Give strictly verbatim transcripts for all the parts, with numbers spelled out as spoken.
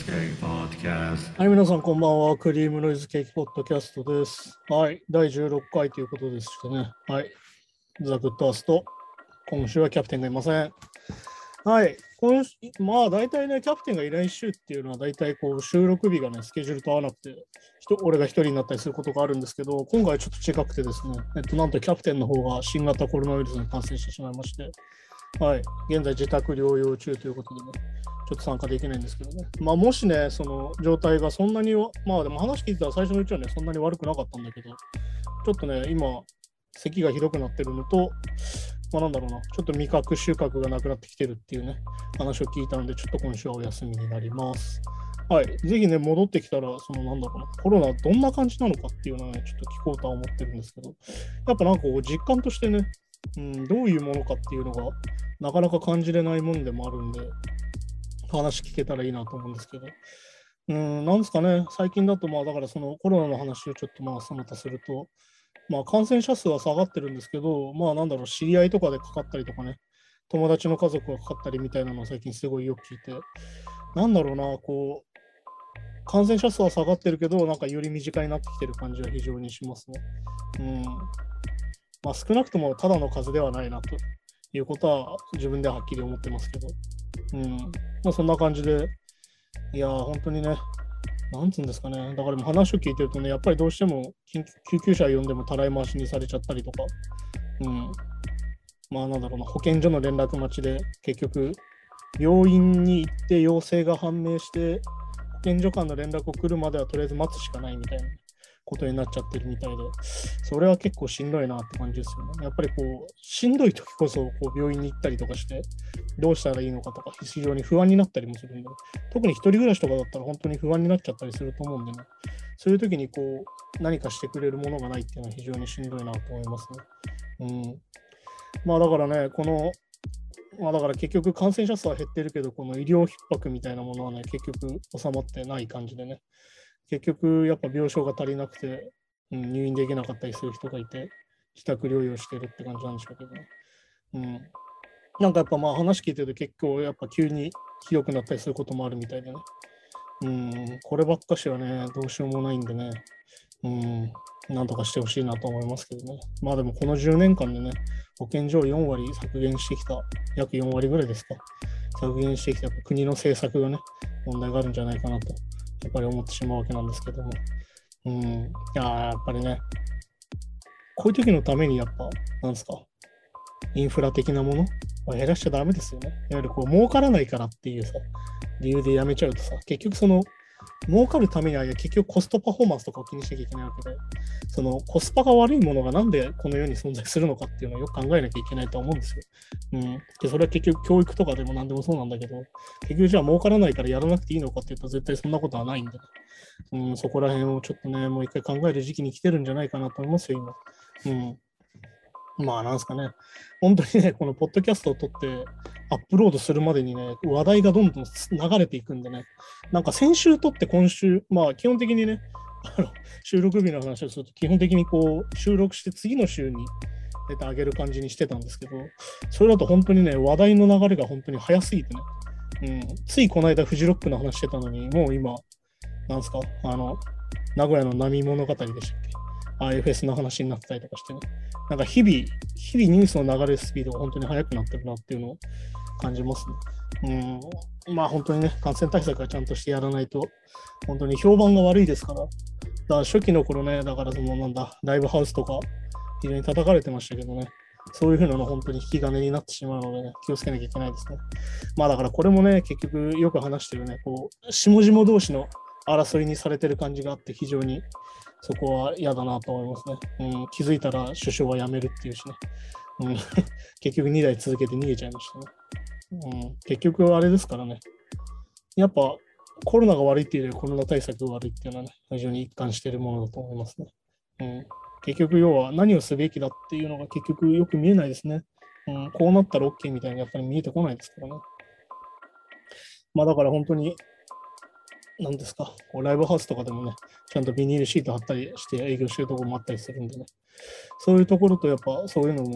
Cake Podcast。 はい、皆さんこんばんは。クリームノイズケーキポッドキャストです。はい、だいじゅうろっかいということでしてね。はい、ザ・グッドアースト。今週はキャプテンがいません。はい、今週まあ大体ね、キャプテンがいない週っていうのは大体こう収録日がね、スケジュールと合わなくて、俺が一人になったりすることがあるんですけど、今回はちょっと違くてですね、えっと、なんとキャプテンの方が新型コロナウイルスに感染してしまいまして、はい、現在自宅療養中ということでね、ちょっと参加できないんですけどね。まあ、もしね、その状態がそんなに、まあでも話聞いてたら最初のうちはね、そんなに悪くなかったんだけど、ちょっとね、今、咳がひどくなってるのと、まあなんだろうな、ちょっと味覚、収穫がなくなってきてるっていうね、話を聞いたので、ちょっと今週はお休みになります。はい、ぜひね、戻ってきたら、そのなんだろうな、コロナどんな感じなのかっていうのはね、ちょっと聞こうとは思ってるんですけど、やっぱなんかこう実感としてね、うん、どういうものかっていうのがなかなか感じれないもんでもあるんで、話聞けたらいいなと思うんですけど、うん、なんですかね、最近だと、まあ、だからそのコロナの話をちょっとまあ、その他すると、まあ、感染者数は下がってるんですけど、まあ、なんだろう、知り合いとかでかかったりとかね、友達の家族がかかったりみたいなのを最近すごいよく聞いて、なんだろうな、こう、感染者数は下がってるけど、なんかより身近になってきてる感じは非常にしますね。うん。まあ、少なくともただの数ではないなということは自分でははっきり思ってますけど、うん。まあ、そんな感じで、いやー、本当にね、なんつうんですかね、だからもう話を聞いてるとね、やっぱりどうしても緊救急車呼んでもたらい回しにされちゃったりとか、うん。まあ、なんだろうな、保健所の連絡待ちで、結局、病院に行って陽性が判明して、保健所間の連絡を来るまではとりあえず待つしかないみたいなことになっちゃってるみたいで、それは結構しんどいなって感じですよね。やっぱりこう、しんどい時こそこう病院に行ったりとかして、どうしたらいいのかとか、非常に不安になったりもするんで、特に一人暮らしとかだったら本当に不安になっちゃったりすると思うんでね、そういう時にこう、何かしてくれるものがないっていうのは非常にしんどいなと思いますね。うん。まあだからね、この、まあだから結局感染者数は減ってるけど、この医療逼迫みたいなものはね、結局収まってない感じでね、結局やっぱ病床が足りなくて、うん、入院できなかったりする人がいて、自宅療養してるって感じなんでしょうけどね。うん。なんかやっぱまあ話聞いてると結構やっぱ急にひどくなったりすることもあるみたいでね。うん、こればっかしはね、どうしようもないんでね、うん、なんとかしてほしいなと思いますけどね。まあでもこのじゅうねんかんでね、保健所をよんわり削減してきた、約よんわりぐらいですか、削減してきた国の政策がね、問題があるんじゃないかなと、やっぱり思ってしまうわけなんですけども。うん、いややっぱりね、こういう時のためにやっぱ、なんですか、インフラ的なものは減らしちゃダメですよね。いわゆるこう、儲からないからっていうさ、理由でやめちゃうとさ、結局その、儲かるためには結局コストパフォーマンスとかを気にしなきゃいけないわけで、そのコスパが悪いものがなんでこの世に存在するのかっていうのをよく考えなきゃいけないと思うんですよ。うん。で、それは結局教育とかでも何でもそうなんだけど、結局じゃあ儲からないからやらなくていいのかっていうと絶対そんなことはないんで、ね、うん、そこら辺をちょっとね、もう一回考える時期に来てるんじゃないかなと思いますよ、今。うん。まあなんですかね、本当にね、このポッドキャストを撮ってアップロードするまでにね、話題がどんどん流れていくんでね、なんか先週撮って今週、まあ基本的にね、あの収録日の話をすると、基本的にこう収録して次の週に出てあげる感じにしてたんですけど、それだと本当にね、話題の流れが本当に早すぎてね、うん、ついこの間フジロックの話してたのに、もう今、なんですか、あの、名古屋の波物語でしたっけ、アイエフエス の話になってたりとかしてね、なんか日々、日々ニュースの流れるスピードが本当に速くなってるなっていうのを感じますね。うん、まあ本当にね、感染対策はちゃんとしてやらないと、本当に評判が悪いですから。だから初期の頃ね、だからそのなんだ、ライブハウスとか非常に叩かれてましたけどね、そういうふうなの本当に引き金になってしまうのでね、気をつけなきゃいけないですね。まあだからこれもね、結局よく話してるね、こう、下々同士の争いにされてる感じがあって、非常にそこは嫌だなと思いますね。うん、気づいたら首相は辞めるっていうしね。うん、結局にだい続けて逃げちゃいましたね。うん、結局あれですからね。やっぱコロナが悪いっていうよりコロナ対策が悪いっていうのはね、非常に一貫しているものだと思いますね。うん、結局要は何をすべきだっていうのが結局よく見えないですね。うん、こうなったら OK みたいにやっぱり見えてこないですからね。まあだから本当になんですか、こうライブハウスとかでもね、ちゃんとビニールシート貼ったりして営業してるところもあったりするんでね、そういうところとやっぱそういうのもね、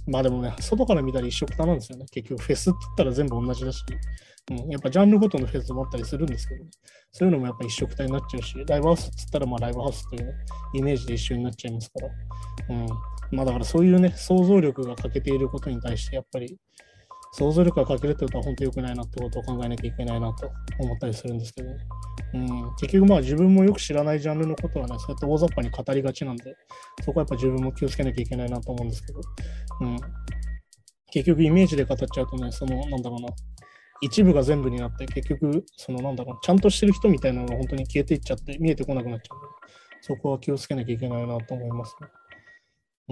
まあでもね、外から見たら一緒くたなんですよね。結局フェスって言ったら全部同じだし、うん、やっぱジャンルごとのフェスもあったりするんですけど、ね、そういうのもやっぱ一緒くたになっちゃうし、ライブハウスって言ったらまあライブハウスという、ね、イメージで一緒になっちゃいますから、うん。まあだからそういうね、想像力が欠けていることに対して、やっぱり想像力が欠けるってことは本当に良くないなってことを考えなきゃいけないなと思ったりするんですけどね。うん、結局まあ自分もよく知らないジャンルのことはね、そうやって大雑把に語りがちなんで、そこはやっぱ自分も気をつけなきゃいけないなと思うんですけど、うん、結局イメージで語っちゃうとね、そのなんだろうな、一部が全部になって、結局、そのなんだろう、ちゃんとしてる人みたいなのが本当に消えていっちゃって、見えてこなくなっちゃうんで、そこは気をつけなきゃいけないなと思いますね。うん。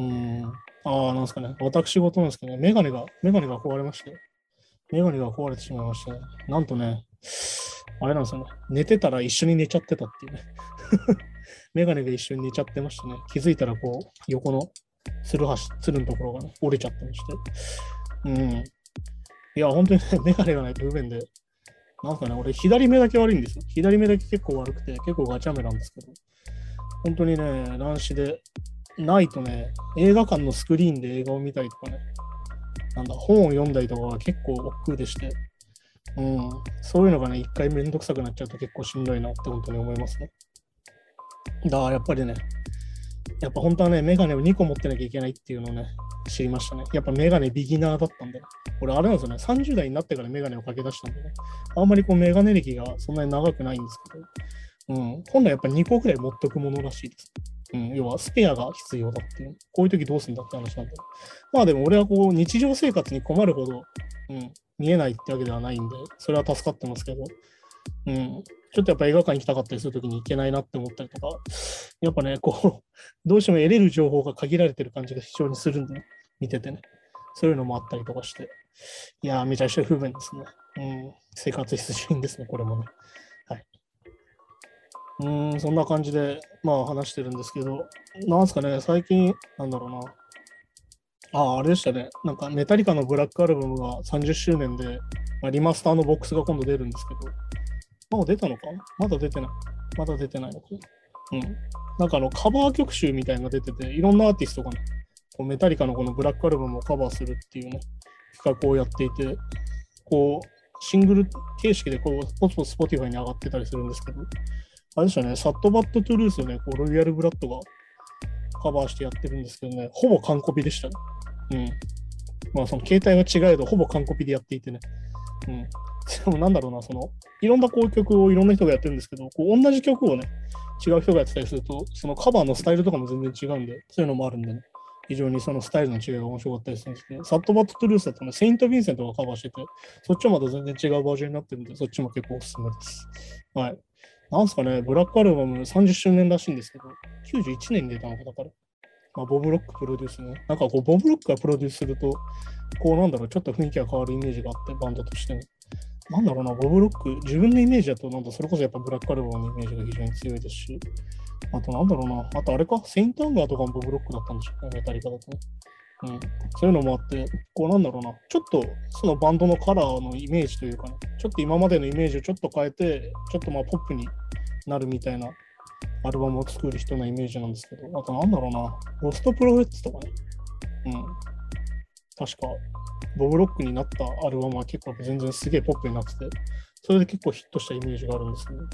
ああ、なんですかね。私事なんですけどね、メガネが、メガネが壊れまして、メガネが壊れてしまいまして、ね、なんとね、あれなんですよね。寝てたら一緒に寝ちゃってたっていうね。メガネが一緒に寝ちゃってましてね、気づいたらこう、横のつるはし、つるのところがね、折れちゃってまして。うん。いや、本当にね、メガネがないと不便で、なんかね、俺、左目だけ悪いんですよ。左目だけ結構悪くて、結構ガチャ目なんですけど、本当にね、乱視で、ないとね、映画館のスクリーンで映画を見たりとかね、なんだ、本を読んだりとかは結構億劫でして、うん、そういうのがね、一回めんどくさくなっちゃうと結構しんどいなって本当に思いますね。だからやっぱりね、やっぱ本当はね、メガネをにこ持ってなきゃいけないっていうのをね、知りましたね。やっぱメガネビギナーだったんで、ね、俺あれなんですよね、さんじゅう代になってからメガネをかけ出したんでね、あんまりこうメガネ歴がそんなに長くないんですけど、うん、本来やっぱにこぐらい持っとくものらしいです。うん、要はスペアが必要だっていう、こういう時どうするんだって話なんで。まあでも俺はこう日常生活に困るほど、うん、見えないってわけではないんで、それは助かってますけど、うん、ちょっとやっぱ映画館行きたかったりするときに行けないなって思ったりとか、やっぱね、こう、どうしても得れる情報が限られてる感じが非常にするんで、ね、見ててね。そういうのもあったりとかして、いやー、めちゃくちゃ不便ですね。うん、生活必需品ですね、これもね。はい。うーん、そんな感じで、まあ話してるんですけど、なんすかね、最近、なんだろうな。ああ、あれでしたね。なんか、メタリカのブラックアルバムがさんじゅっしゅうねんで、まあ、リマスターのボックスが今度出るんですけど、もう出たのかまだ出てない。まだ出てないのか。うん。なんかあの、カバー曲集みたいなのが出てて、いろんなアーティストがね、こうメタリカのこのブラックアルバムをカバーするっていうね、企画をやっていて、こう、シングル形式でこう、ポツポツ Spotify に上がってたりするんですけど、あれでしたね、サットバットトゥルースをね、こうロイヤルブラッドがカバーしてやってるんですけどね、ほぼ完コピでしたね。うん。まあ、その携帯は違えど、ほぼ完コピでやっていてね。うん。でもなんだろうな、その、いろんなこう曲をいろんな人がやってるんですけど、こう同じ曲をね、違う人がやってたりすると、そのカバーのスタイルとかも全然違うんで、そういうのもあるんでね、非常にそのスタイルの違いが面白かったりするんですけど、サットバットトゥルースだとね、セイント・ヴィンセントがカバーしてて、そっちはまた全然違うバージョンになってるんで、そっちも結構おすすめです。はい。なんすかね、ブラックアルバムさんじゅっしゅうねんらしいんですけど、きゅうじゅういちねんに出たのかだから。まあ、ボブ・ロックプロデュースね。なんかこう、ボブ・ロックがプロデュースすると、こうなんだろう、ちょっと雰囲気が変わるイメージがあって、バンドとしてね。なんだろうな、ボブ・ロック、自分のイメージだと、なんだ、それこそやっぱブラックアルバムのイメージが非常に強いですし、あとなんだろうな、あとあれか、セイント・アンガーとかもボブ・ロックだったんでしょうね、メタリカだとね。うん、そういうのもあって、こうなんだろうな、ちょっとそのバンドのカラーのイメージというかね、ちょっと今までのイメージをちょっと変えて、ちょっとまあポップになるみたいなアルバムを作る人のイメージなんですけど、あとなんだろうな、ロストプロフェッツとかね、うん、確かボブロックになったアルバムは結構全然すげえポップになってて、それで結構ヒットしたイメージがあるんですけど、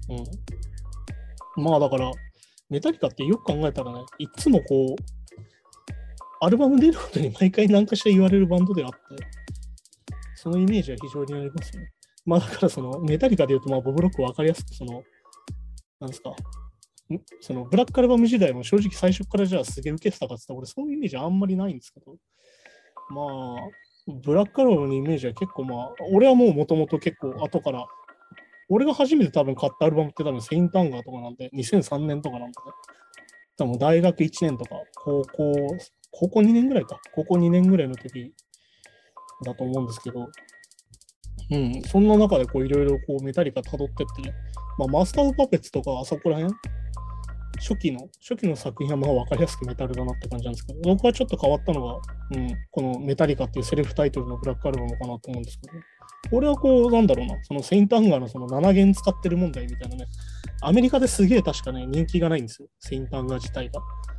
うん、まあだから、メタリカってよく考えたらね、いつもこう、アルバム出ることに毎回何かしら言われるバンドであって、そのイメージは非常にありますよね。まあだからそのメタリカで言うと、まあボブロック分かりやすく、その、なんですか、そのブラックアルバム時代も正直最初からじゃあすげえ受けてたかって言ったら、俺そういうイメージあんまりないんですけど、まあ、ブラックアルバムのイメージは結構まあ、俺はもうもともと結構後から、俺が初めて多分買ったアルバムって多分セイントアンガーとかなんで、にせんさんねんとかなんでね、多分大学いちねんとか、高校、高校にねんぐらいか、高校にねんぐらいの時だと思うんですけど、うん、そんな中でこういろいろこうメタリカ辿ってってね、まあ、マスター・オブ・パペッツとかあそこら辺、初期の、初期の作品はまあ分かりやすくメタルだなって感じなんですけど、僕はちょっと変わったのが、うん、このメタリカっていうセルフタイトルのブラックアルバムかなと思うんですけど、ね、俺はこう、なんだろうな、そのセイントアンガーのそのななげん使ってる問題みたいなね、アメリカですげえ確かね、人気がないんですよ、セイントアンガー自体が。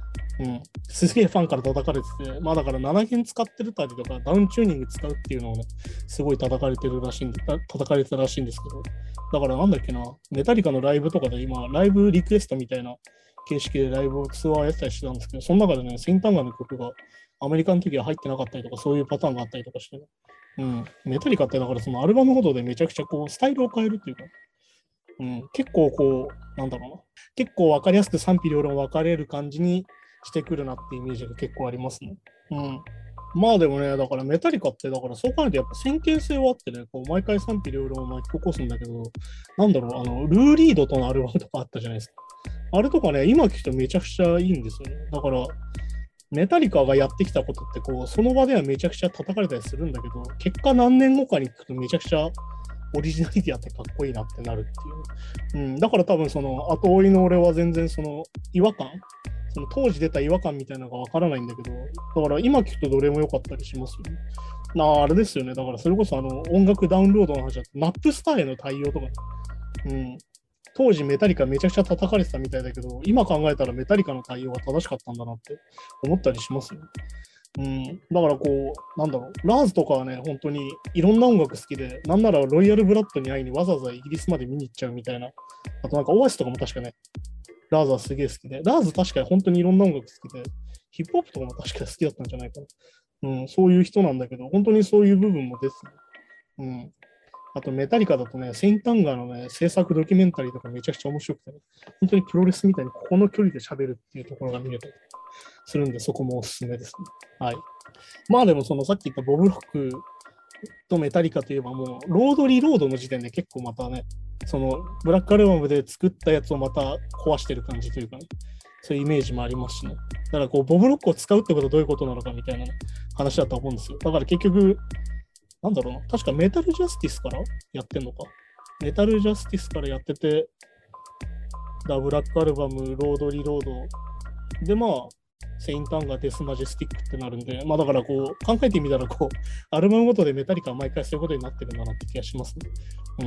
うん。すげえファンから叩かれてて、まあだからななげん使ってるたりとか、ダウンチューニング使うっていうのをね、すごい叩かれてるらしいんで、叩かれてたらしいんですけど、だからなんだっけな、メタリカのライブとかで今、ライブリクエストみたいな形式でライブをツアーやってたりしてたんですけど、その中でね、セインタンガの曲がアメリカの時は入ってなかったりとか、そういうパターンがあったりとかして、ね、うん。メタリカってだからそのアルバムごとでめちゃくちゃこう、スタイルを変えるっていうか、うん、結構こう、なんだろうな、結構分かりやすく賛否両論分かれる感じにしてくるなっていうイメージが結構ありますね。うん。まあでもね、だからメタリカって、だからそう考えるとやっぱ先見性はあってね、こう毎回賛否両論を巻き起こすんだけど、なんだろう、あの、ルーリードとのアルバムとかあったじゃないですか。あれとかね、今聞くとめちゃくちゃいいんですよね。だから、メタリカがやってきたことって、こう、その場ではめちゃくちゃ叩かれたりするんだけど、結果何年後かに聞くとめちゃくちゃオリジナリティあってかっこいいなってなるっていう。うん、だから多分その後追いの俺は全然その違和感、その当時出た違和感みたいなのがわからないんだけど、だから今聞くとどれも良かったりしますよね。なあ、あれですよね。だからそれこそあの音楽ダウンロードの話だと、ナップスターへの対応とか、うん、当時メタリカめちゃくちゃ叩かれてたみたいだけど、今考えたらメタリカの対応が正しかったんだなって思ったりしますよね。うん、だからこう、なんだろう、ラーズとかはね、本当にいろんな音楽好きで、なんならロイヤルブラッドに会いにわざわざイギリスまで見に行っちゃうみたいな。あとなんかオアシスとかも確かね、ラーズはすげえ好きで、ラーズ確かに本当にいろんな音楽好きで、ヒップホップとかも確か好きだったんじゃないかな。うん、そういう人なんだけど、本当にそういう部分もですね。うん。あとメタリカだとね、セインタンガーのね、制作ドキュメンタリーとかめちゃくちゃ面白くてね、本当にプロレスみたいにここの距離で喋るっていうところが見れたりするんで、そこもおすすめですね。はい。まあでもそのさっき言ったボブロックとメタリカといえばもう、ロードリロードの時点で結構またね、そのブラックアルバムで作ったやつをまた壊してる感じというかね、そういうイメージもありますしね。だからこう、ボブロックを使うってことはどういうことなのかみたいな、ね、話だと思うんですよ。だから結局、なんだろうな、確かメタルジャスティスからやってんのか。メタルジャスティスからやってて、ダブラックアルバム、ロードリロード。で、まあ、セインタンガー、デスマジェスティックってなるんで、まあだからこう、考えてみたらこう、アルバムごとでメタリカは毎回そういうことになってるんだなって気がしますね。うん。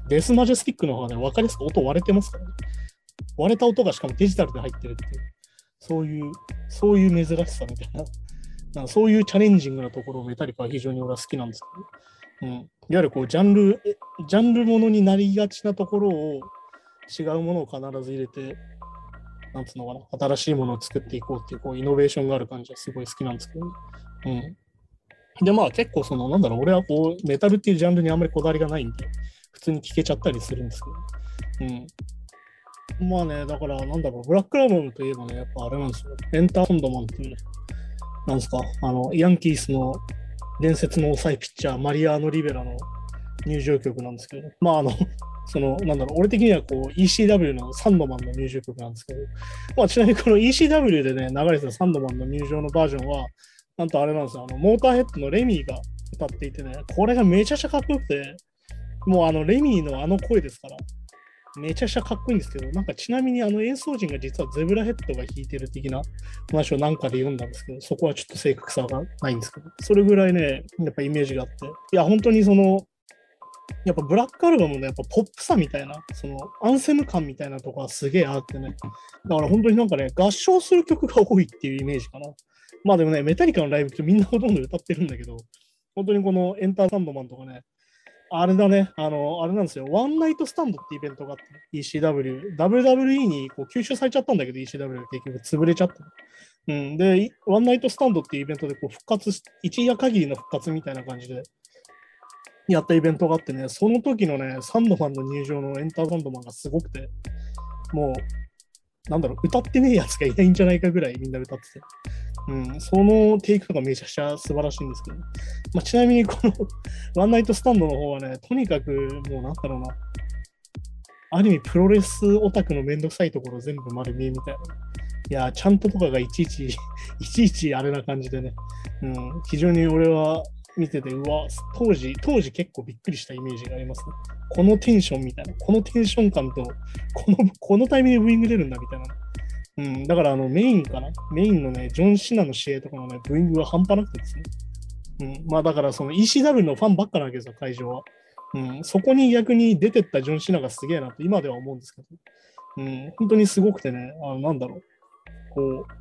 デスマジェスティックの方がね、分かりやすく音割れてますからね。割れた音がしかもデジタルで入ってるっていう、そういう、そういう珍しさみたいな。なんかそういうチャレンジングなところをメタリカは非常に俺は好きなんですけど、ね、うん、いわゆるこうジャンル、ジャンルものになりがちなところを違うものを必ず入れて、なんつうのかな、新しいものを作っていこうっていう、こうイノベーションがある感じはすごい好きなんですけどね。うん。で、まあ結構その、なんだろう、俺はこう、メタルっていうジャンルにあんまりこだわりがないんで、普通に聴けちゃったりするんですけど、うん。まあね、だからなんだろう、ブラックラムンといえばね、やっぱあれなんですよ。エンターソンドマンっていうね、なんですか、あの、ヤンキースの伝説の抑えピッチャー、マリアーノ・リベラの入場曲なんですけど、ね、まああの、その、なんだろう、俺的にはこう イーシーダブリュー のサンドマンの入場曲なんですけど、まあちなみにこの イーシーダブリュー でね、流れてたサンドマンの入場のバージョンは、なんとあれなんですよ、あの、モーターヘッドのレミーが歌っていてね、これがめちゃくちゃかっこよくて、もうあの、レミーのあの声ですから、めちゃくちゃかっこいいんですけど、なんかちなみにあの演奏陣が実はゼブラヘッドが弾いてる的な話をなんかで読んだんですけど、そこはちょっと正確さがないんですけど、それぐらいね、やっぱイメージがあって、いや、本当にその、やっぱブラックアルバムのやっぱポップさみたいな、そのアンセム感みたいなとこはすげえあってね、だから本当になんかね、合唱する曲が多いっていうイメージかな。まあでもね、メタリカのライブってみんなほとんど歌ってるんだけど、本当にこのエンターサンドマンとかね、あれだね、あの、あれなんですよ、ワンナイトスタンドってイベントがあって、イーシーダブリュー、ダブリューダブリューイー にこう吸収されちゃったんだけど、イーシーダブリュー が結局潰れちゃった。うん、で、ワンナイトスタンドっていうイベントでこう復活し、一夜限りの復活みたいな感じでやったイベントがあってね、その時のね、サンドマンの入場のエンターサンドマンがすごくて、もう、なんだろう、歌ってねえやつがいないんじゃないかぐらいみんな歌ってて。うん、そのテイクとかめちゃくちゃ素晴らしいんですけど、まあ、ちなみにこのワンナイトスタンドの方はね、とにかくもうなんだろうな、ある意味プロレスオタクのめんどくさいところ全部丸見えみたいな。いや、ちゃんととかがいちいち、いちいちあれな感じでね、うん、非常に俺は見てて、うわ、当時、当時結構びっくりしたイメージがありますね。このテンションみたいな、このテンション感と、この、このタイミングでブーイング出るんだみたいな。うん、だからあのメインかなメインのね、ジョン・シナの試合とかのね、ブーイングが半端なくてですね。うん、まあだからその イーシーダブリュー のファンばっかなわけですよ、会場は。うん、そこに逆に出てったジョン・シナがすげえなと今では思うんですけど、うん、本当にすごくてね、あのなんだろう、こう、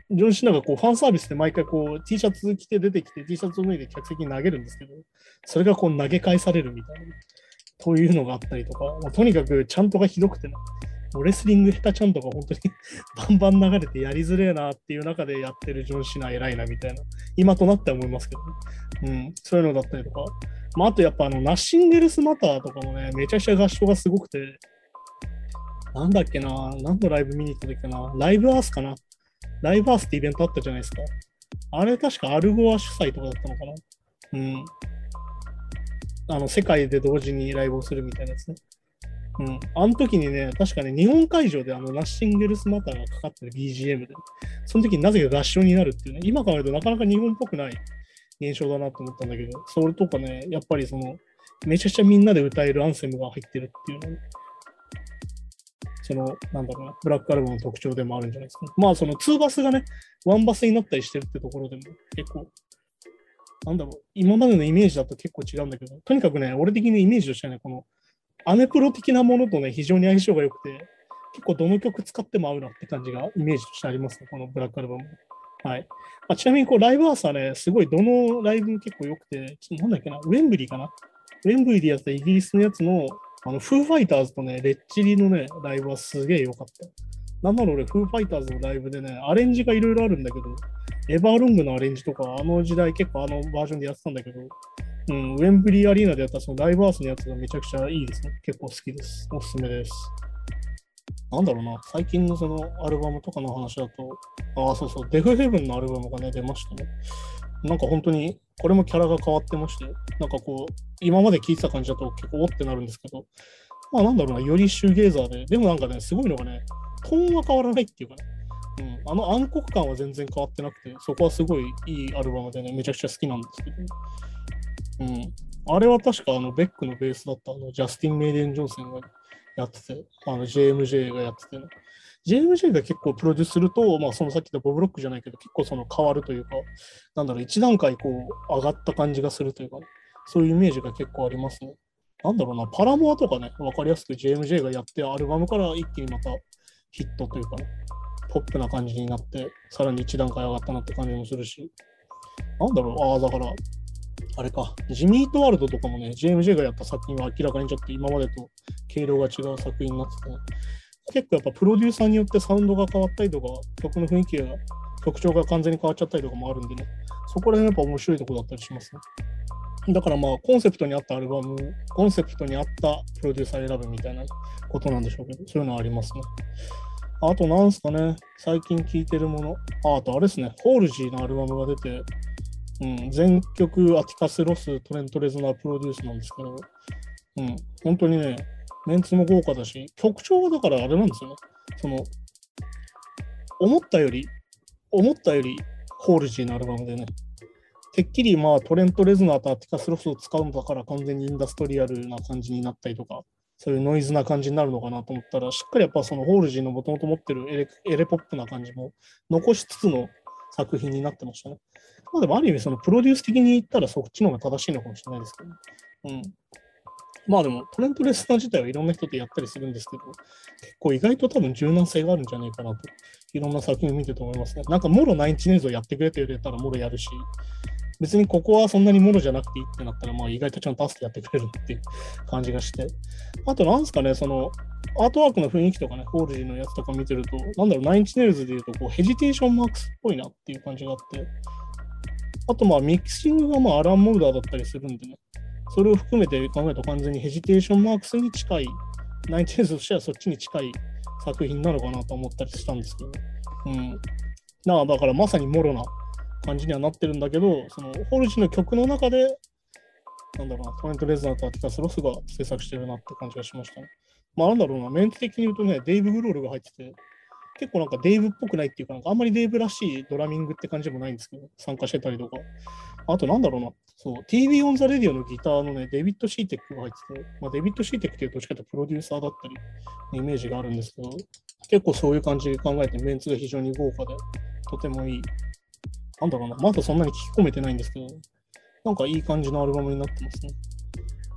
ジョン・シナがこうファンサービスで毎回こう T シャツ着て出てきて T シャツを脱いで客席に投げるんですけど、それがこう投げ返されるみたいな、というのがあったりとか、もうとにかくちゃんとがひどくてね、もうレスリング下手ちゃんとが本当にバンバン流れてやりづれえなっていう中でやってるジョン・シナ偉いなみたいな、今となっては思いますけど、ね、うん、そういうのだったりとか、まあ、あとやっぱあのナッシングルスマターとかもね、めちゃくちゃ合唱がすごくて、なんだっけな、何のライブ見に行った時かな、ライブアースかな。ライブアースってイベントあったじゃないですか。あれ確かアルゴア主催とかだったのかな。うん。あの、世界で同時にライブをするみたいなやつね。うん。あの時にね、確かね、日本会場であのナッシングルスマターがかかってる ビージーエム で、その時になぜか合唱になるっていうね、今考えるとなかなか日本っぽくない現象だなと思ったんだけど、それとかね、やっぱりその、めちゃくちゃみんなで歌えるアンセムが入ってるっていうのね。その、なんだろうな、ブラックアルバムの特徴でもあるんじゃないですか。まあ、そのツーバスがね、ワンバスになったりしてるってところでも結構、なんだろう、今までのイメージだと結構違うんだけど、とにかくね、俺的にイメージとしてはね、このアメプロ的なものとね、非常に相性が良くて、結構どの曲使っても合うなって感じがイメージとしてありますね、このブラックアルバム。はい。まあ、ちなみにこうライブアースはね、すごいどのライブも結構良くて、ちょっとなんだっけな、ウェンブリーかな。ウェンブリーでやったイギリスのやつの、あの、フーファイターズとね、レッチリのね、ライブはすげえ良かった。なんなら俺、フーファイターズのライブでね、アレンジがいろいろあるんだけど、エバーロングのアレンジとか、あの時代結構あのバージョンでやってたんだけど、うん、ウェンブリーアリーナでやったそのライブアースのやつがめちゃくちゃいいですね。結構好きです。おすすめです。なんだろうな、最近のそのアルバムとかの話だと、ああ、そうそう、デフヘブンのアルバムがね、出ましたね。なんか本当に、これもキャラが変わってまして、なんかこう、今まで聴いてた感じだと結構おってなるんですけど、まあなんだろうな、よりシューゲーザーで、でもなんかね、すごいのがね、トーンは変わらないっていうかね、うん、あの暗黒感は全然変わってなくて、そこはすごいいいアルバムでね、めちゃくちゃ好きなんですけど、うん。あれは確かあのベックのベースだったあのジャスティン・メイデン・ジョンセンがやってて、あの ジェーエムジェー がやっててね。ジェーエムジェー が結構プロデュースすると、まあそのさっき言ったボブロックじゃないけど、結構その変わるというか、なんだろう、一段階こう上がった感じがするというか、ね、そういうイメージが結構ありますね。なんだろうな、パラモアとかね、わかりやすく ジェーエムジェー がやって、アルバムから一気にまたヒットというかね、ポップな感じになって、さらに一段階上がったなって感じもするし、なんだろう、ああ、だから、あれか、ジミートワールドとかもね、ジェーエムジェー がやった作品は明らかにちょっと今までと経路が違う作品になってて、ね、結構やっぱプロデューサーによってサウンドが変わったりとか、曲の雰囲気が、曲調が完全に変わっちゃったりとかもあるんでね、そこら辺やっぱ面白いところだったりしますね。だからまあ、コンセプトに合ったアルバム、コンセプトに合ったプロデューサー選ぶみたいなことなんでしょうけど、そういうのはありますね。あとなんすかね、最近聴いてるもの。あ、あとあれですね、ホールジーのアルバムが出て、うん、全曲アティカス・ロス、トレント・レズナープロデュースなんですけど、うん、本当にね、メンツも豪華だし、曲調はだからあれなんですよね。その、思ったより、思ったよりホールジーのアルバムでね、てっきりまあトレント・レズナーとアティカス・ロスを使うんだから完全にインダストリアルな感じになったりとか、そういうノイズな感じになるのかなと思ったら、しっかりやっぱそのホールジーのもともと持ってるエレ、エレポップな感じも残しつつの作品になってましたね。まあでもある意味そのプロデュース的に言ったらそっちの方が正しいのかもしれないですけど、ね、うん。まあでもトレント・レスナー自体はいろんな人とやったりするんですけど、結構意外と多分柔軟性があるんじゃないかなと、いろんな作品を見てて思いますね。なんかもろナインチネイルズをやってくれって言われたらもろやるし、別にここはそんなにものじゃなくていいってなったら、まあ意外とちゃんと合わせてやってくれるっていう感じがして。あとなんですかね、そのアートワークの雰囲気とかね、ホールジーのやつとか見てると、なんだろう、ナインチネイルズでいうとこうヘジテーションマークスっぽいなっていう感じがあって、あとまあミキシングがまあアラン・モルダーだったりするんでね、それを含めて考えると完全にヘジテーションマークスに近い、ナインチネイルズとしてはそっちに近い作品なのかなと思ったりしたんですけど、うん。なあ、だからまさにもろな感じにはなってるんだけど、そのホルジの曲の中で、なんだろうな、トレント・レズナーとアティカス・ロスが制作してるなって感じがしましたね。まあなんだろうな、メンツ的に言うとね、デイブ・グロールが入ってて、結構なんかデイブっぽくないっていうか、なんかあんまりデイブらしいドラミングって感じでもないんですけど、参加してたりとか。あとなんだろうな、そう、ティービー オン・ザ・レディオのギターのね、デビッド・シーテックが入ってて、まあデビッド・シーテックっていうとどっちかというとプロデューサーだったり、イメージがあるんですけど、結構そういう感じで考えてメンツが非常に豪華で、とてもいい。なんだろうな、まだそんなに聞き込めてないんですけど、なんかいい感じのアルバムになってますね。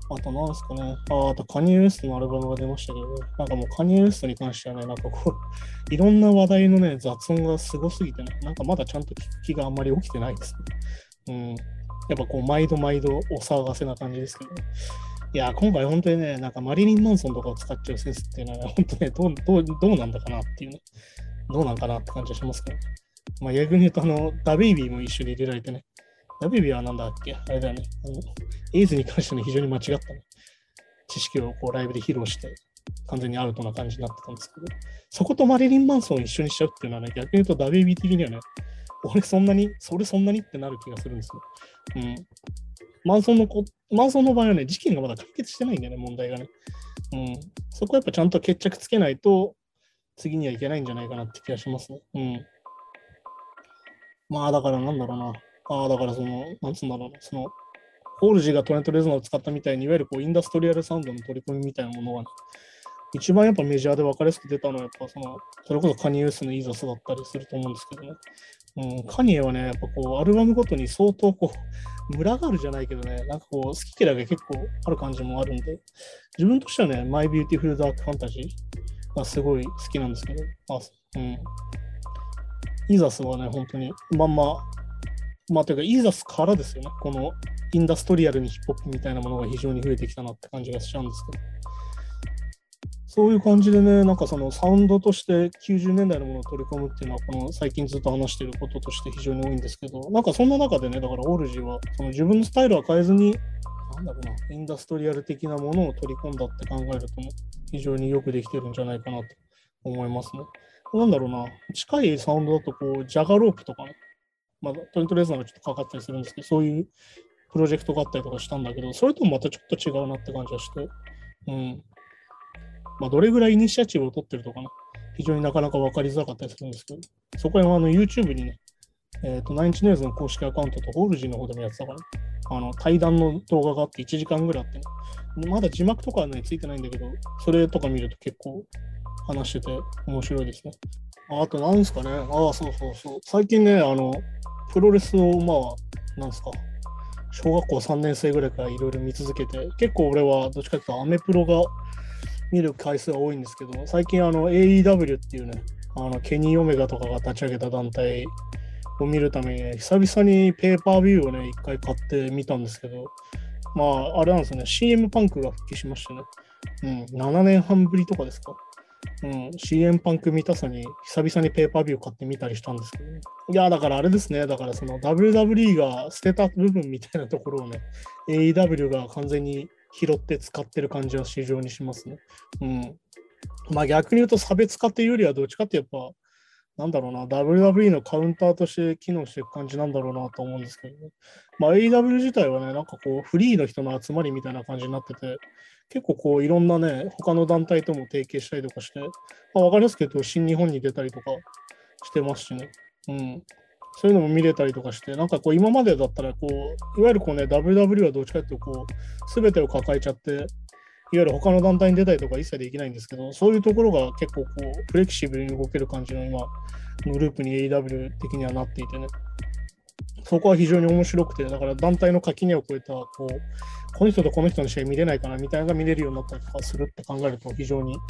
あとなんですかね。あ、あとカニエ・ウエストのアルバムが出ましたけど、なんかもうカニエ・ウエストに関してはね、なんかこう、いろんな話題のね、雑音がすごすぎてね、なんかまだちゃんと聞く気があんまり起きてないですね。うん。やっぱこう、毎度毎度お騒がせな感じですけど、ね、いや、今回本当にね、なんかマリリン・マンソンとかを使っちゃうセンスっていうのは、ね、本当ねどうどう、どうなんだかなっていうね、どうなんかなって感じがしますけど、ね、まあ逆に言うと、あの、ダベイビーも一緒に入れられてね、ダベイビーはなんだっけあれだよね、あの、エイズに関してね、非常に間違ったね、知識をこうライブで披露して、完全にアウトな感じになってたんですけど、そことマリリン・マンソンを一緒にしちゃうっていうのはね、逆に言うとダベイビー的にはね、俺そんなに、それそんなにってなる気がするんですよ。うん。マンソンのこ、マンソンの場合はね、事件がまだ解決してないんだよね、問題がね。うん。そこはやっぱちゃんと決着つけないと、次にはいけないんじゃないかなって気がしますね。うん。まあだからなんだろうな。ああ、だからその、なんつうんだろうな。その、ホールジーがトレント・レズナーを使ったみたいに、いわゆるこうインダストリアルサウンドの取り込みみたいなものがね、一番やっぱメジャーで分かりやすく出たのは、やっぱその、それこそカニエ・ウエストのイーザスだったりすると思うんですけどね。うん、カニエはね、やっぱこう、アルバムごとに相当こう、ムラがあるじゃないけどね、なんかこう、好き嫌いが結構ある感じもあるんで、自分としてはね、マイ・ビューティフル・ダーク・ファンタジーがすごい好きなんですけど、あうん、イーザスはね、本当にまんま、まあ、というか、イーザスからですよね、このインダストリアルにヒップホップみたいなものが非常に増えてきたなって感じがしちゃうんですけど、そういう感じでね、なんかそのサウンドとしてきゅうじゅうねんだいのものを取り込むっていうのは、この最近ずっと話していることとして非常に多いんですけど、なんかそんな中でね、だからオールジーはその自分のスタイルは変えずに、なんだろうな、インダストリアル的なものを取り込んだって考えると、非常によくできてるんじゃないかなと思いますね。なんだろうな、近いサウンドだと、こう、ジャガロープとかね、まあ、トレントレーザーがちょっとかかったりするんですけど、そういうプロジェクトがあったりとかしたんだけど、それともまたちょっと違うなって感じがして、うん。まあ、どれぐらいイニシアチブを取ってるとかね、非常になかなか分かりづらかったりするんですけど、そこはあの YouTube にね、えっ、ー、と、ナインチネイルズの公式アカウントとホールジーの方でもやってたから、ね、あの対談の動画があっていちじかんぐらいあって、ね、まだ字幕とかはね、ついてないんだけど、それとか見ると結構話してて面白いですね。あと、なんですかね、ああ、そうそうそう。最近ね、あの、プロレスを、まあ、なんですか、小学校さんねん生ぐらいからいろいろ見続けて、結構俺はどっちかというとアメプロが見る回数が多いんですけど、最近あの エーイーダブリュー っていうね、あのケニー・オメガとかが立ち上げた団体を見るために、ね、久々にペーパービューをね、一回買ってみたんですけど、まあ、あれなんですよね、シーエム パンクが復帰しましてね、うん、ななねんはんぶりとかですか。うん、シーエム パンク見たさに久々にペーパービュー買ってみたりしたんですけど、ね、いやだからあれですね、だからその ダブリューダブリューイー が捨てた部分みたいなところをね、エーイーダブリュー が完全に拾って使ってる感じは非常にしますね。うん。まあ逆に言うと差別化っていうよりはどっちかってやっぱ、なんだろうな、ダブリューダブリューイー のカウンターとして機能していく感じなんだろうなと思うんですけどね。まあ エーイーダブリュー 自体はね、なんかこうフリーの人の集まりみたいな感じになってて、結構こういろんなね、他の団体とも提携したりとかして、まあ、わかりやすく言うと新日本に出たりとかしてますしね。うん。そういうのも見れたりとかして、なんかこう今までだったらこう、いわゆるこうね、ダブリューダブリューイー はどっちかというとこう、すべてを抱えちゃって、いわゆる他の団体に出たりとか一切できないんですけど、そういうところが結構こう、フレキシブルに動ける感じの今、グループに エーイーダブリュー 的にはなっていてね。そこは非常に面白くて、だから団体の垣根を越えた、こう、この人とこの人の試合見れないかなみたいなのが見れるようになったりとかするって考えると非常に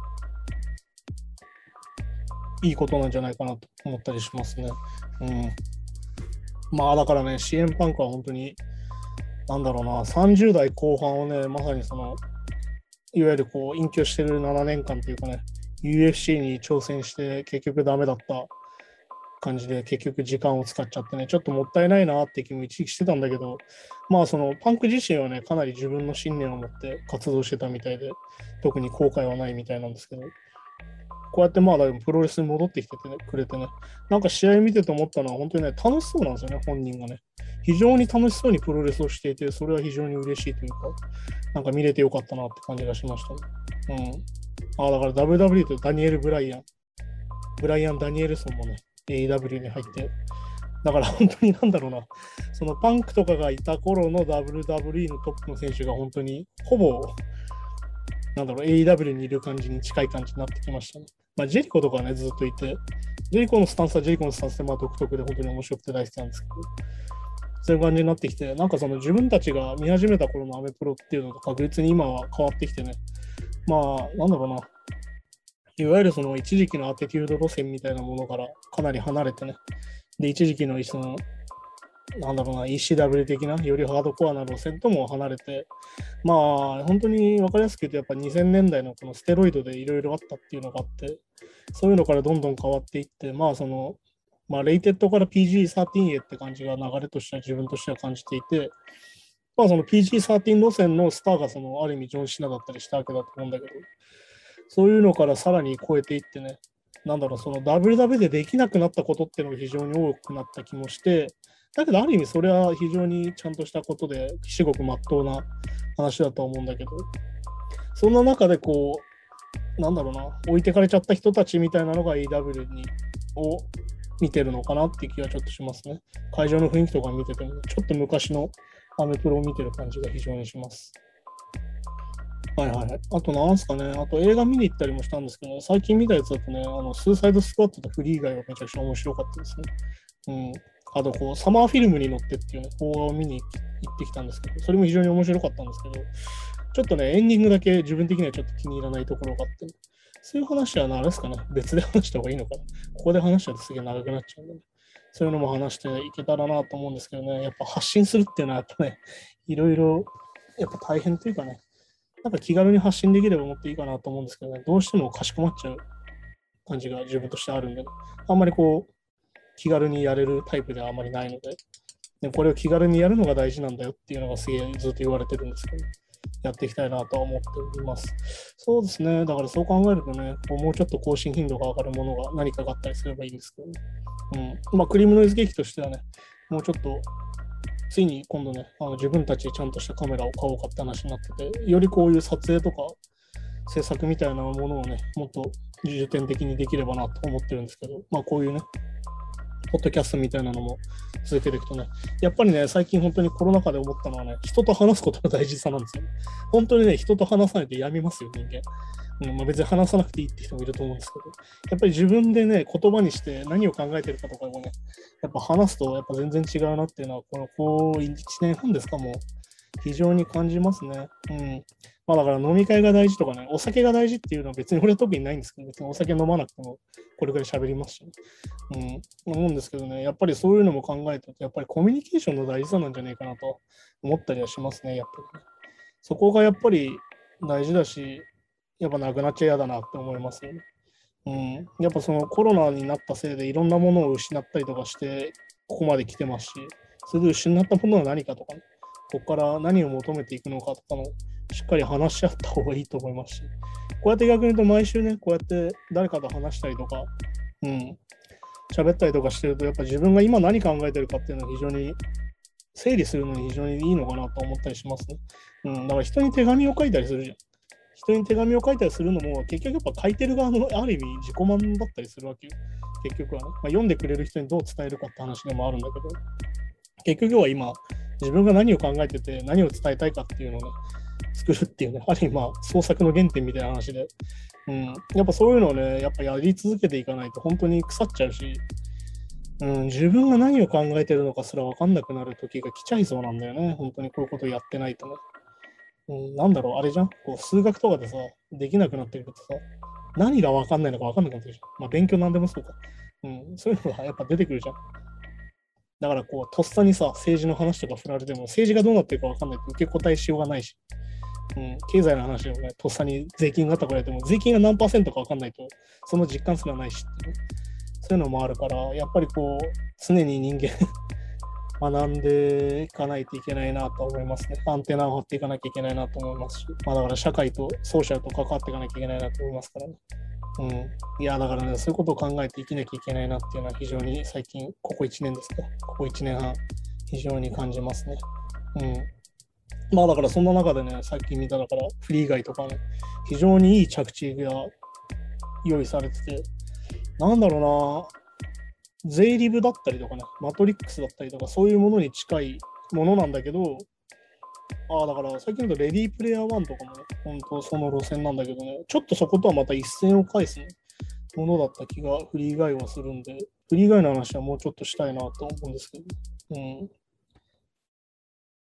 いいことなんじゃないかなと思ったりしますね。うん。まあだからね、シーエム パンクは本当に、なんだろうな、さんじゅう代後半をね、まさにその、いわゆるこう、隠居してるななねんかんというかね、ユーエフシー に挑戦して結局ダメだった感じで結局時間を使っちゃってね、ちょっともったいないなって気も一時期してたんだけど、まあそのパンク自身はね、かなり自分の信念を持って活動してたみたいで、特に後悔はないみたいなんですけど、こうやってまあプロレスに戻ってきてて、ね、くれてね、なんか試合見てて思ったのは本当にね、楽しそうなんですよね、本人がね。非常に楽しそうにプロレスをしていて、それは非常に嬉しいというか、なんか見れてよかったなって感じがしましたね。うん。ああ、だから ダブリューダブリュー とダニエル・ブライアン、ブライアン・ダニエルソンもね、エーイーダブリュー に入って、だから本当になんだろうな、そのパンクとかがいた頃の ダブリューダブリューイー のトップの選手が本当にほぼ、なんだろう、エーイーダブリュー にいる感じに近い感じになってきましたね。まあ、ジェリコとかね、ずっといて、ジェリコのスタンスはジェリコのスタンスでまあ独特で本当に面白くて大好きなんですけど、 そういう感じになってきて、なんかその自分たちが見始めた頃のアメプロっていうのと確実に今は変わってきてね、まあ、なんだろうな、いわゆるその一時期のアティテュード路線みたいなものからかなり離れてね、で、一時期のその、なんだろうな、イーシーダブリュー 的な、よりハードコアな路線とも離れて、まあ、本当に分かりやすく言うと、やっぱにせんねんだいのこのステロイドでいろいろあったっていうのがあって、そういうのからどんどん変わっていって、まあ、その、まあ、レイテッドから ピージーじゅうさん へって感じが流れとしては自分としては感じていて、まあ、その ピージーじゅうさん 路線のスターがそのある意味ジョン・シナだったりしたわけだと思うんだけど、そういうのからさらに超えていってね、なんだろう、その ダブリューダブリュー でできなくなったことっていうのが非常に多くなった気もして、だけどある意味それは非常にちゃんとしたことで、至極真っ当な話だと思うんだけど、そんな中でこう、なんだろうな、置いてかれちゃった人たちみたいなのが イーダブリュー にを見てるのかなっていう気はちょっとしますね。会場の雰囲気とか見てても、ちょっと昔のアメプロを見てる感じが非常にします。はいはいはい。あとなんすかね、あと映画見に行ったりもしたんですけど、最近見たやつだとね、あのスーサイドスクワットとフリー以外はめちゃくちゃ面白かったですね。うん。あとこう、サマーフィルムに乗ってっていうね、邦画を見に行ってきたんですけど、それも非常に面白かったんですけど、ちょっとね、エンディングだけ自分的にはちょっと気に入らないところがあって、そういう話はあれですかね、別で話した方がいいのかな。ここで話しちゃうとすげえ長くなっちゃうんで、ね、そういうのも話していけたらなと思うんですけどね、やっぱ発信するっていうのはやっぱね、いろいろやっぱ大変というかね、なんか気軽に発信できればもっといいかなと思うんですけどね、どうしてもかしこまっちゃう感じが自分としてあるんで、ね、あんまりこう、気軽にやれるタイプではあまりないので、でこれを気軽にやるのが大事なんだよっていうのがすげえずっと言われてるんですけど、ね、やっていきたいなとは思っております。そうですね、だからそう考えるとね、こうもうちょっと更新頻度が上がるものが何かがあったりすればいいんですけどね。うん。まあ、クリームノイズ劇としてはね、もうちょっと、ついに今度ね、あの自分たちちゃんとしたカメラを買おうかって話になってて、よりこういう撮影とか制作みたいなものをね、もっと重点的にできればなと思ってるんですけど、まあこういうね、ポッドキャストみたいなのも続けていくとね、やっぱりね、最近本当にコロナ禍で思ったのはね、人と話すことの大事さなんですよ。本当にね、人と話さないとやみますよ、人間。うんまあ、別に話さなくていいって人もいると思うんですけど、やっぱり自分でね、言葉にして何を考えてるかとかもね、やっぱ話すとやっぱ全然違うなっていうのは、このこういちねんはんですか、もう非常に感じますね。うん。まあだから飲み会が大事とかね、お酒が大事っていうのは別に俺は特にないんですけど、別にお酒飲まなくてもこれくらい喋りますし、ね、うん、思うんですけどね、やっぱりそういうのも考えてると、やっぱりコミュニケーションの大事さなんじゃないかなと思ったりはしますね、やっぱりね。そこがやっぱり大事だし、やっぱなくなっちゃ嫌だなって思いますよね。うん、やっぱそのコロナになったせいでいろんなものを失ったりとかして、ここまで来てますし、それで失ったものは何かとかね、ここから何を求めていくのかとかのしっかり話し合った方がいいと思いますし、こうやって逆に言うと毎週ね、こうやって誰かと話したりとか、うん、喋ったりとかしてると、やっぱ自分が今何考えてるかっていうのは非常に整理するのに非常にいいのかなと思ったりしますね。うん、だから人に手紙を書いたりするじゃん。人に手紙を書いたりするのも結局やっぱ書いてる側のある意味自己満だったりするわけよ。結局はね、まあ、読んでくれる人にどう伝えるかって話でもあるんだけど、結局は今自分が何を考えてて何を伝えたいかっていうのをね、作るっていうね、ある意味まあ創作の原点みたいな話で、うん、やっぱそういうのをね、やっぱやり続けていかないと本当に腐っちゃうし、うん、自分が何を考えてるのかすら分かんなくなる時が来ちゃいそうなんだよね、本当にこういうことをやってないとね。うん、なんだろう、あれじゃんこう数学とかでさ、できなくなってくるとさ、何が分かんないのか分かんなくなってくるじゃん。まあ勉強なんでもそうか。うん、そういうのがやっぱ出てくるじゃん。だからこう、とっさにさ、政治の話とか振られても、政治がどうなってるか分かんないと受け答えしようがないし、うん、経済の話でもね、とっさに税金がとか言われても、税金が何パーセントか分かんないと、その実感すらないしっていう、ね、そういうのもあるから、やっぱりこう、常に人間学んでいかないといけないなと思いますね。アンテナを張っていかなきゃいけないなと思いますし、まあ、だから社会とソーシャルと関わっていかなきゃいけないなと思いますからね。うん、いや、だからね、そういうことを考えて生きなきゃいけないなっていうのは非常に最近、ここいちねんですか、ここいちねんはん、非常に感じますね。うん。まあだからそんな中でね、さっき見ただからフリー街とかね、非常にいい着地が用意されてて、なんだろうな、税リブだったりとかね、マトリックスだったりとか、そういうものに近いものなんだけど、ああ、だから最近だとレディープレイヤーワンとかもね、本当その路線なんだけどね、ちょっとそことはまた一線を返す、ね、ものだった気がフリーガイはするんで、フリーガイの話はもうちょっとしたいなと思うんですけど、ね、うん。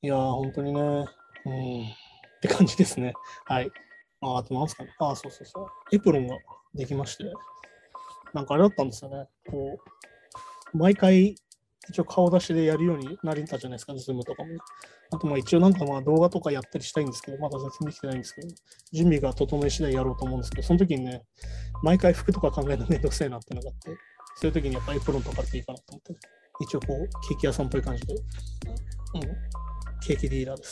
いやー、本当にね、うん、って感じですね。はい。あ、あとなんすかね。あ、そうそうそう。エプロンができまして、なんかあれだったんですよね。こう、毎回、一応顔出しでやるようになりたじゃないですか、ズームとかも。あとまあ一応なんかまあ動画とかやったりしたいんですけど、まだ全然できてないんですけど、準備が整い次第やろうと思うんですけど、その時にね、毎回服とか考えるのめんどくせえなってのがあって、そういう時にやっぱエプロンとかっていいかなと思って、一応こう、ケーキ屋さんっぽい感じで、うん、ケーキディーラーです。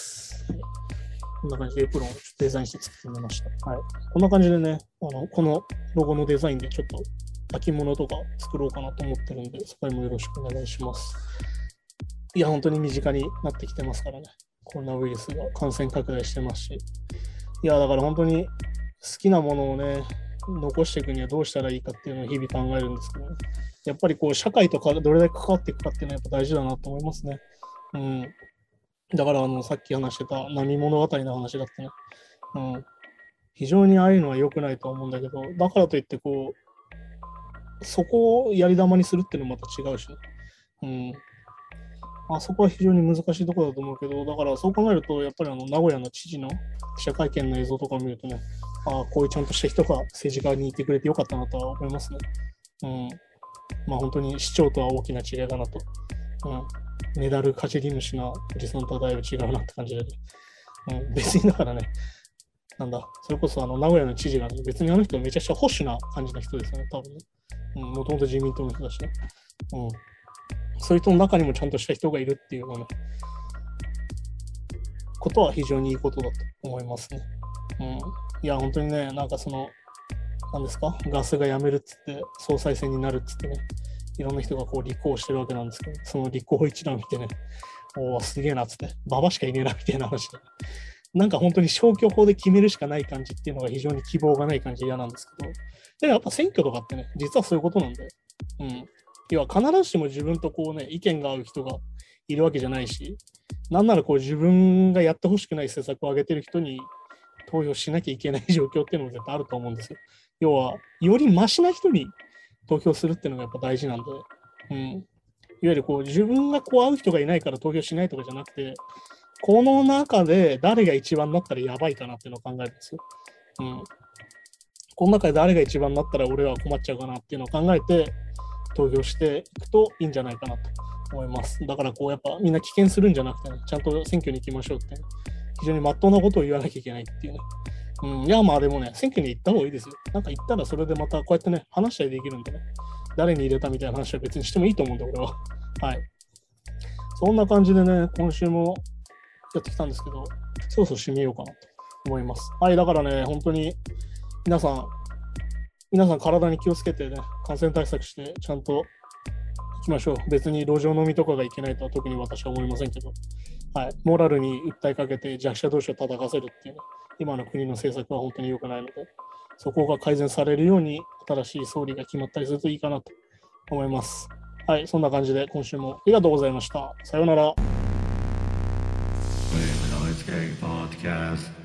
はい、こんな感じでエプロンをデザインして作ってみました。はい。こんな感じでね、あのこのロゴのデザインでちょっと秋物とか作ろうかなと思ってるんで、そこにもよろしくお願いします。いや、本当に身近になってきてますからね。コロナウイルスが感染拡大してますし。いや、だから本当に好きなものをね、残していくにはどうしたらいいかっていうのを日々考えるんですけど、ね、やっぱりこう、社会とかどれだけ関わっていくかっていうのはやっぱ大事だなと思いますね。うん。だから、あの、さっき話してた波物語の話だってね、うん。非常にああいうのは良くないと思うんだけど、だからといって、こう、そこをやり玉にするっていうのもまた違うし、ね、うん。あそこは非常に難しいところだと思うけど、だからそう考えると、やっぱりあの名古屋の知事の記者会見の映像とかを見るとね、ああ、こういうちゃんとした人が政治家にいてくれてよかったなとは思いますね。うん。まあ本当に市長とは大きな違いだなと。うん。メダルかじり虫なおじさんとはだいぶ違うなって感じで、ね。うん。別にだからね、なんだ、それこそあの名古屋の知事が、ね、別にあの人めちゃくちゃ保守な感じの人ですよね、多分ね。うん。もともと自民党の人だしね。うん。そういう人の中にもちゃんとした人がいるっていうのね、ことは非常にいいことだと思いますね。うん。いや、本当にね、なんかその、なんですか、ガスが辞めるっつって、総裁選になるっつってね、いろんな人がこう立候補してるわけなんですけど、その立候補一覧見てね、おお、すげえなっつって、馬場しかいねえなみたいな話で、なんか本当に消去法で決めるしかない感じっていうのが非常に希望がない感じで嫌なんですけど、でやっぱ選挙とかってね、実はそういうことなんで、うん。要は必ずしも自分とこうね、意見が合う人がいるわけじゃないし、なんならこう自分がやってほしくない施策を上げてる人に投票しなきゃいけない状況っていうのも絶対あると思うんですよ。要は、よりマシな人に投票するっていうのがやっぱ大事なんで、うん。いわゆるこう自分がこう会う人がいないから投票しないとかじゃなくて、この中で誰が一番なったらやばいかなっていうのを考えるんですよ。うん。この中で誰が一番なったら俺は困っちゃうかなっていうのを考えて投票していくといいんじゃないかなと思います。だからこうやっぱみんな棄権するんじゃなくて、ね、ちゃんと選挙に行きましょうって、ね、非常に真っ当なことを言わなきゃいけないっていうね。うん、いやまあでもね、選挙に行った方がいいですよ。なんか行ったらそれでまたこうやってね、話したりできるんでね、誰に入れたみたいな話は別にしてもいいと思うんで、俺は。はい。そんな感じでね、今週もやってきたんですけど、そろそろ締めようかなと思います。はい、だからね、本当に皆さん、皆さん体に気をつけてね、感染対策してちゃんと行きましょう。別に路上飲みとかがいけないとは特に私は思いませんけど、はい、モラルに訴えかけて弱者同士を叩かせるっていう、ね、今の国の政策は本当に良くないので、そこが改善されるように新しい総理が決まったりするといいかなと思います。はい、そんな感じで今週もありがとうございました。さようなら。